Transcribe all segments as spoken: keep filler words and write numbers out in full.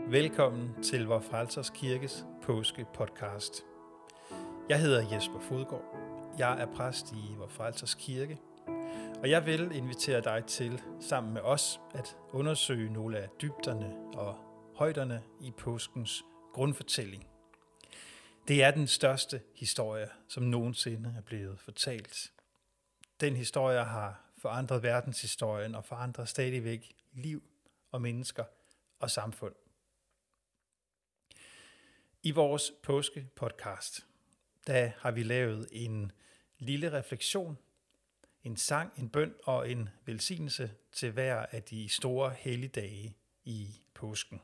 Velkommen til Vor Frelsers Kirkes påske-podcast. Jeg hedder Jesper Fodgaard. Jeg er præst i Vor Frelsers Kirke, og jeg vil invitere dig til, sammen med os, at undersøge nogle af dybderne og højderne i påskens grundfortælling. Det er den største historie, som nogensinde er blevet fortalt. Den historie har forandret verdenshistorien og forandrer stadigvæk liv og mennesker og samfund. I vores påske-podcast, der har vi lavet en lille refleksion, en sang, en bøn og en velsignelse til hver af de store helligdage i påsken.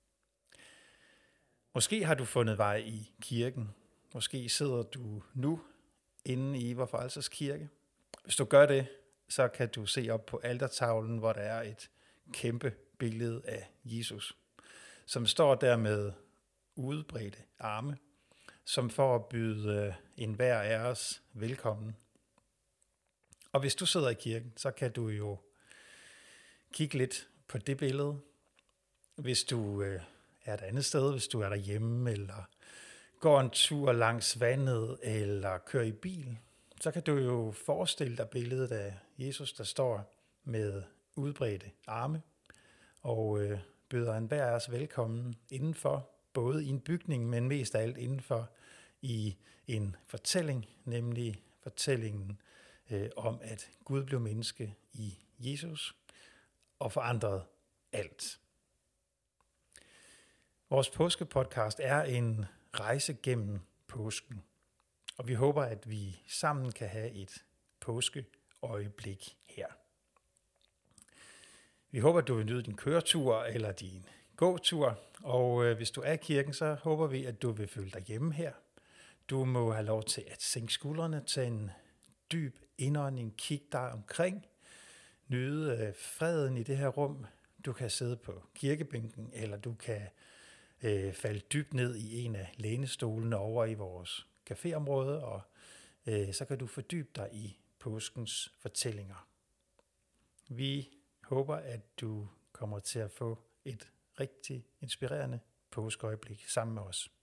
Måske har du fundet vej i kirken. Måske sidder du nu inde i Vor Frelsers Kirke. Hvis du gør det, så kan du se op på altertavlen, hvor der er et kæmpe billede af Jesus, som står der med udbredte arme, som for at byde enhver af os velkommen. Og hvis du sidder i kirken, så kan du jo kigge lidt på det billede. Hvis du er et andet sted, hvis du er derhjemme, eller går en tur langs vandet, eller kører i bil, så kan du jo forestille dig billedet af Jesus, der står med udbredte arme, og øh, byder enhver af os velkommen indenfor, både i en bygning, men mest af alt indenfor i en fortælling, nemlig fortællingen øh, om, at Gud blev menneske i Jesus og forandrede alt. Vores påskepodcast er en rejse gennem påsken, og vi håber, at vi sammen kan have et påskeøjeblik her. Vi håber, at du vil nyde din køretur eller din gåtur, og øh, hvis du er i kirken, så håber vi, at du vil føle dig hjemme her. Du må have lov til at sænke skuldrene, tage en dyb indånding, kigge dig omkring, nyde øh, freden i det her rum. Du kan sidde på kirkebænken, eller du kan øh, falde dybt ned i en af lænestolene over i vores caféområde, og øh, så kan du fordybe dig i påskens fortællinger. Vi håber, at du kommer til at få et rigtig inspirerende påskeøjeblik sammen med os.